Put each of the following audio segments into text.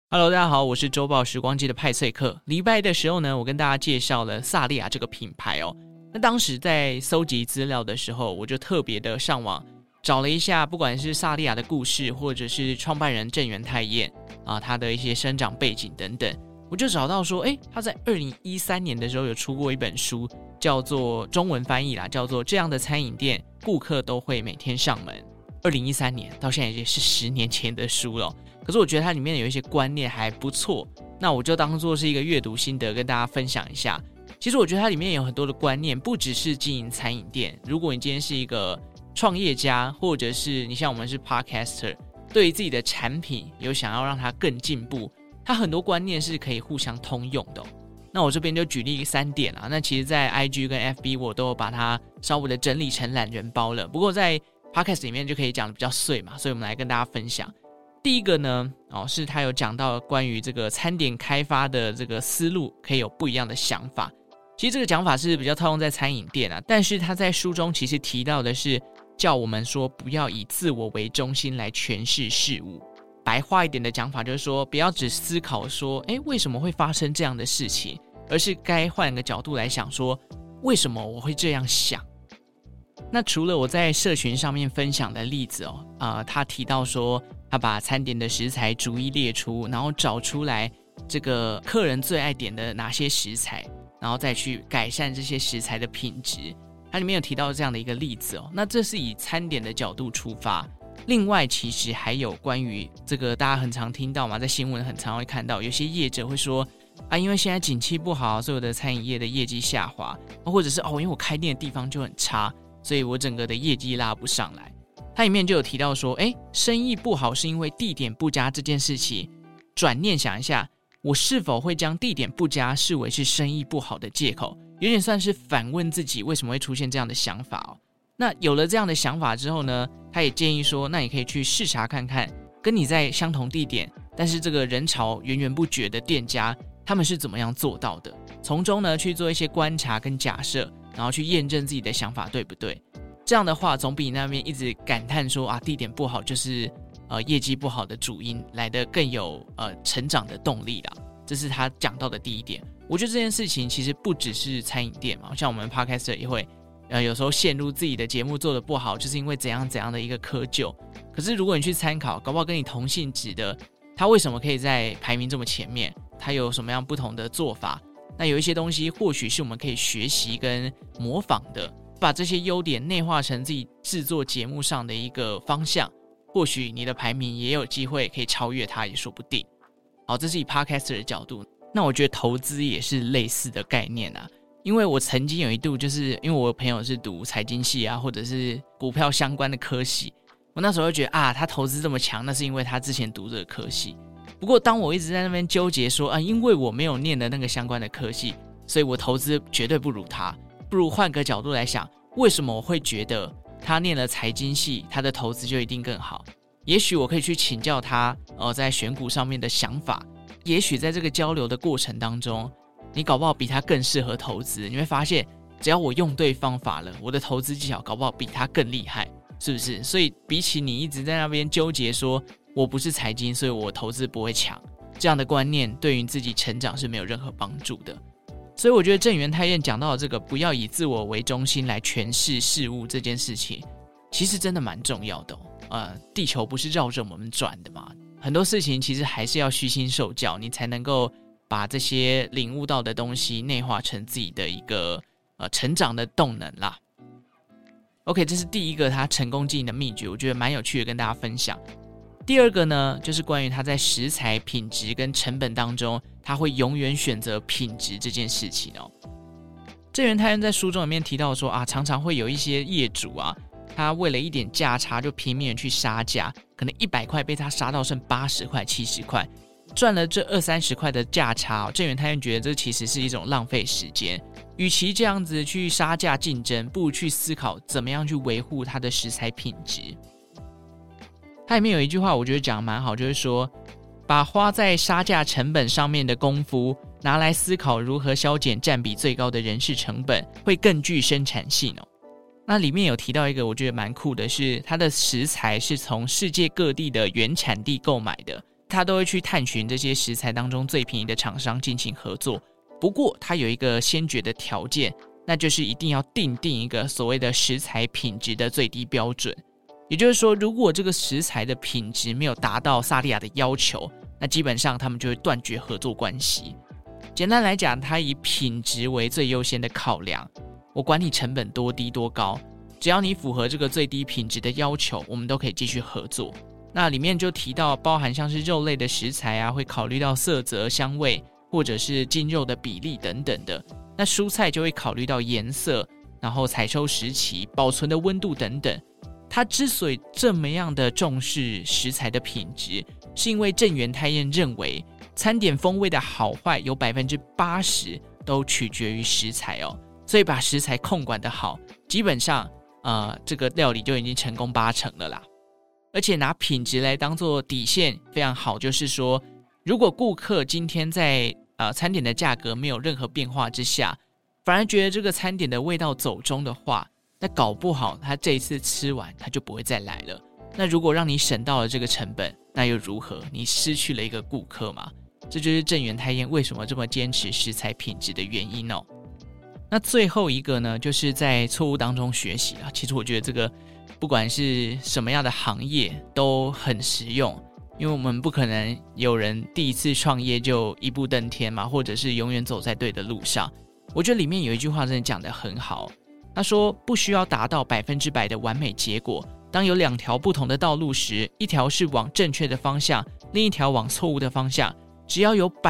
Hello， 大家好，我是周报时光机的派翠克。礼拜的时候呢，我跟大家介绍了萨莉亚这个品牌哦。那当时在搜集资料的时候，我就特别的上网找了一下，不管是萨莉亚的故事，或者是创办人郑元泰彦啊，他的一些生长背景等等，我就找到说，他在2013年的时候有出过一本书，叫做中文翻译啦，叫做《这样的餐饮店，顾客都会每天上门》。2013年到现在也是10年前的书了。可是我觉得它里面有一些观念还不错，那我就当作是一个阅读心得跟大家分享一下。其实我觉得它里面有很多的观念，不只是经营餐饮店，如果你今天是一个创业家，或者是你像我们是 podcaster， 对于自己的产品有想要让它更进步，它很多观念是可以互相通用的。那我这边就举例3点啦，那其实在 IG 跟 FB 我都有把它稍微的整理成懒人包了，不过在 podcast 里面就可以讲的比较碎嘛，所以我们来跟大家分享。第一个呢，是他有讲到关于这个餐点开发的这个思路可以有不一样的想法。其实这个讲法是比较套用在餐饮店啊，但是他在书中其实提到的是叫我们说不要以自我为中心来诠释事物。白话一点的讲法就是说，不要只思考说为什么会发生这样的事情，而是该换个角度来想说为什么我会这样想。那除了我在社群上面分享的例子他提到说他把餐点的食材逐一列出，然后找出来这个客人最爱点的哪些食材，然后再去改善这些食材的品质。它里面有提到这样的一个例子那这是以餐点的角度出发。另外其实还有关于这个大家很常听到嘛，在新闻很常会看到有些业者会说因为现在景气不好，所以我的餐饮业的业绩下滑，或者是因为我开店的地方就很差，所以我整个的业绩拉不上来。它里面就有提到说生意不好是因为地点不佳这件事情，转念想一下，我是否会将地点不佳视为是生意不好的借口，有点算是反问自己为什么会出现这样的想法那有了这样的想法之后呢，他也建议说，那你可以去视察看看跟你在相同地点但是这个人潮源源不绝的店家，他们是怎么样做到的，从中呢去做一些观察跟假设，然后去验证自己的想法对不对。这样的话总比那边一直感叹说地点不好就是业绩不好的主因来得更有成长的动力啦。这是他讲到的第一点。我觉得这件事情其实不只是餐饮店嘛，像我们 podcaster 也会有时候陷入自己的节目做得不好就是因为怎样怎样的一个窠臼。可是如果你去参考搞不好跟你同性质的，他为什么可以在排名这么前面，他有什么样不同的做法，那有一些东西或许是我们可以学习跟模仿的，把这些优点内化成自己制作节目上的一个方向，或许你的排名也有机会可以超越它也说不定。好，这是以 podcaster 的角度。那我觉得投资也是类似的概念因为我曾经有一度就是因为我朋友是读财经系或者是股票相关的科系，我那时候就觉得他投资这么强，那是因为他之前读这个科系。不过当我一直在那边纠结说因为我没有念的那个相关的科系，所以我投资绝对不如他，不如换个角度来想，为什么我会觉得他念了财经系，他的投资就一定更好？也许我可以去请教他在选股上面的想法，也许在这个交流的过程当中，你搞不好比他更适合投资。你会发现只要我用对方法了，我的投资技巧搞不好比他更厉害，是不是？所以比起你一直在那边纠结说我不是财经所以我投资不会强，这样的观念对于自己成长是没有任何帮助的。所以我觉得郑元泰彦讲到的这个不要以自我为中心来诠释事物这件事情，其实真的蛮重要的地球不是绕着我们转的嘛，很多事情其实还是要虚心受教，你才能够把这些领悟到的东西内化成自己的一个成长的动能啦。OK， 这是第一个他成功经营的秘诀，我觉得蛮有趣的跟大家分享。第二个呢，就是关于他在食材品质跟成本当中，他会永远选择品质这件事情郑元泰彦在书中里面提到说常常会有一些业主他为了一点价差就拼命的去杀价，可能100块被他杀到剩80块70块，赚了这20-30块的价差郑元泰彦觉得这其实是一种浪费时间，与其这样子去杀价竞争，不如去思考怎么样去维护他的食材品质。它里面有一句话我觉得讲得蛮好，就是说把花在杀价成本上面的功夫拿来思考如何削减占比最高的人事成本，会更具生产性那里面有提到一个我觉得蛮酷的是，它的食材是从世界各地的原产地购买的， 他都会去探寻这些食材当中最便宜的厂商进行合作。不过他有一个先决的条件，那就是一定要定一个所谓的食材品质的最低标准。也就是说，如果这个食材的品质没有达到萨莉亚的要求，那基本上他们就会断绝合作关系。简单来讲，它以品质为最优先的考量，我管你成本多低多高，只要你符合这个最低品质的要求，我们都可以继续合作。那里面就提到包含像是肉类的食材啊，会考虑到色泽、香味，或者是筋肉的比例等等的。那蔬菜就会考虑到颜色，然后采收时期、保存的温度等等。他之所以这么样的重视食材的品质，是因为正源太彦认为餐点风味的好坏有 80% 都取决于食材哦，所以把食材控管得好，基本上这个料理就已经成功80%了啦。而且拿品质来当做底线非常好，就是说如果顾客今天在餐点的价格没有任何变化之下，反而觉得这个餐点的味道走中的话，那搞不好他这一次吃完他就不会再来了。那如果让你省到了这个成本，那又如何？你失去了一个顾客嘛。这就是正源太彦为什么这么坚持食材品质的原因哦。那最后一个呢，就是在错误当中学习啦。其实我觉得这个不管是什么样的行业都很实用，因为我们不可能有人第一次创业就一步登天嘛，或者是永远走在对的路上。我觉得里面有一句话真的讲得很好，他说不需要达到100%的完美结果，当有2条不同的道路时，一条是往正确的方向，另一条往错误的方向，只要有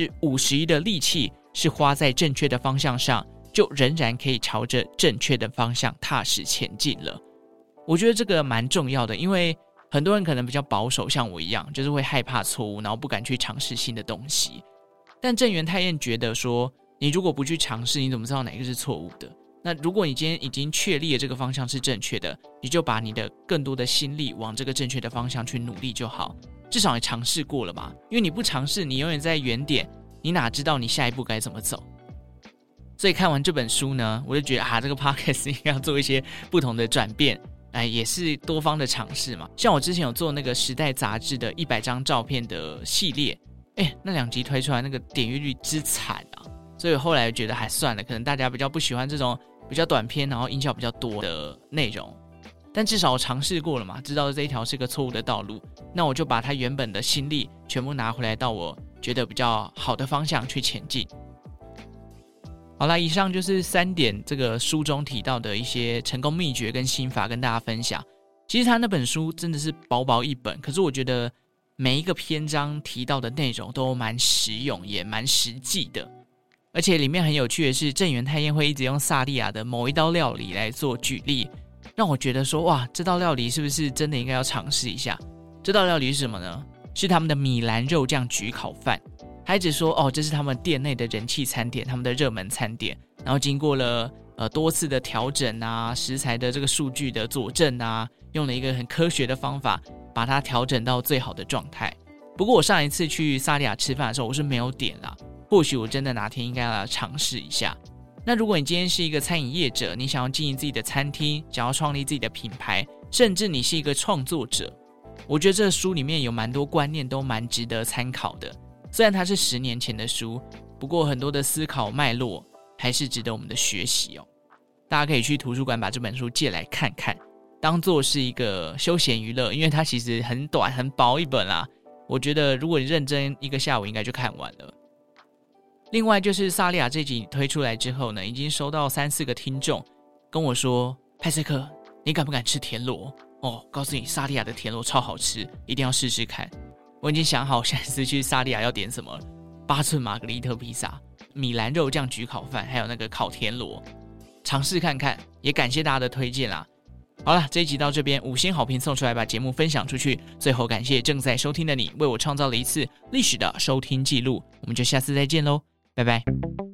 51%的力气是花在正确的方向上，就仍然可以朝着正确的方向踏实前进了。我觉得这个蛮重要的，因为很多人可能比较保守，像我一样，就是会害怕错误，然后不敢去尝试新的东西。但正源太彦觉得说，你如果不去尝试，你怎么知道哪个是错误的？那如果你今天已经确立了这个方向是正确的，你就把你的更多的心力往这个正确的方向去努力就好，至少你尝试过了嘛。因为你不尝试，你永远在原点，你哪知道你下一步该怎么走？所以看完这本书呢，我就觉得这个 podcast 应该要做一些不同的转变，也是多方的尝试嘛。像我之前有做那个时代杂志的100张照片的系列，那2集推出来那个点阅率之惨啊，所以后来觉得还算了，可能大家比较不喜欢这种比较短篇然后音效比较多的内容，但至少我尝试过了嘛，知道这一条是个错误的道路，那我就把它原本的心力全部拿回来到我觉得比较好的方向去前进。好啦，以上就是3点这个书中提到的一些成功秘诀跟心法跟大家分享。其实他那本书真的是薄薄一本，可是我觉得每一个篇章提到的内容都蛮实用也蛮实际的。而且里面很有趣的是，正源太彦会一直用萨莉亚的某一道料理来做举例，让我觉得说，哇，这道料理是不是真的应该要尝试一下？这道料理是什么呢？是他们的米兰肉酱焗烤饭。他一直说，这是他们店内的人气餐点，他们的热门餐点，然后经过了多次的调整啊，食材的这个数据的佐证啊，用了一个很科学的方法把它调整到最好的状态。不过我上一次去萨莉亚吃饭的时候，我是没有点啦，或许我真的哪天应该要尝试一下。那如果你今天是一个餐饮业者，你想要经营自己的餐厅，想要创立自己的品牌，甚至你是一个创作者，我觉得这书里面有蛮多观念都蛮值得参考的。虽然它是10年前的书，不过很多的思考脉络还是值得我们的学习哦。大家可以去图书馆把这本书借来看看，当作是一个休闲娱乐，因为它其实很短很薄一本啦。我觉得如果你认真一个下午应该就看完了。另外就是萨莉亚这集推出来之后呢，已经收到3-4个听众跟我说，派翠克，你敢不敢吃田螺？告诉你萨莉亚的田螺超好吃，一定要试试看。我已经想好下次去萨莉亚要点什么了，8寸玛格丽特披萨、米兰肉酱焗烤饭，还有那个烤田螺，尝试看看。也感谢大家的推荐啦。好了，这一集到这边，5星好评送出来，把节目分享出去。最后感谢正在收听的你，为我创造了一次历史的收听记录。我们就下次再见喽，拜拜。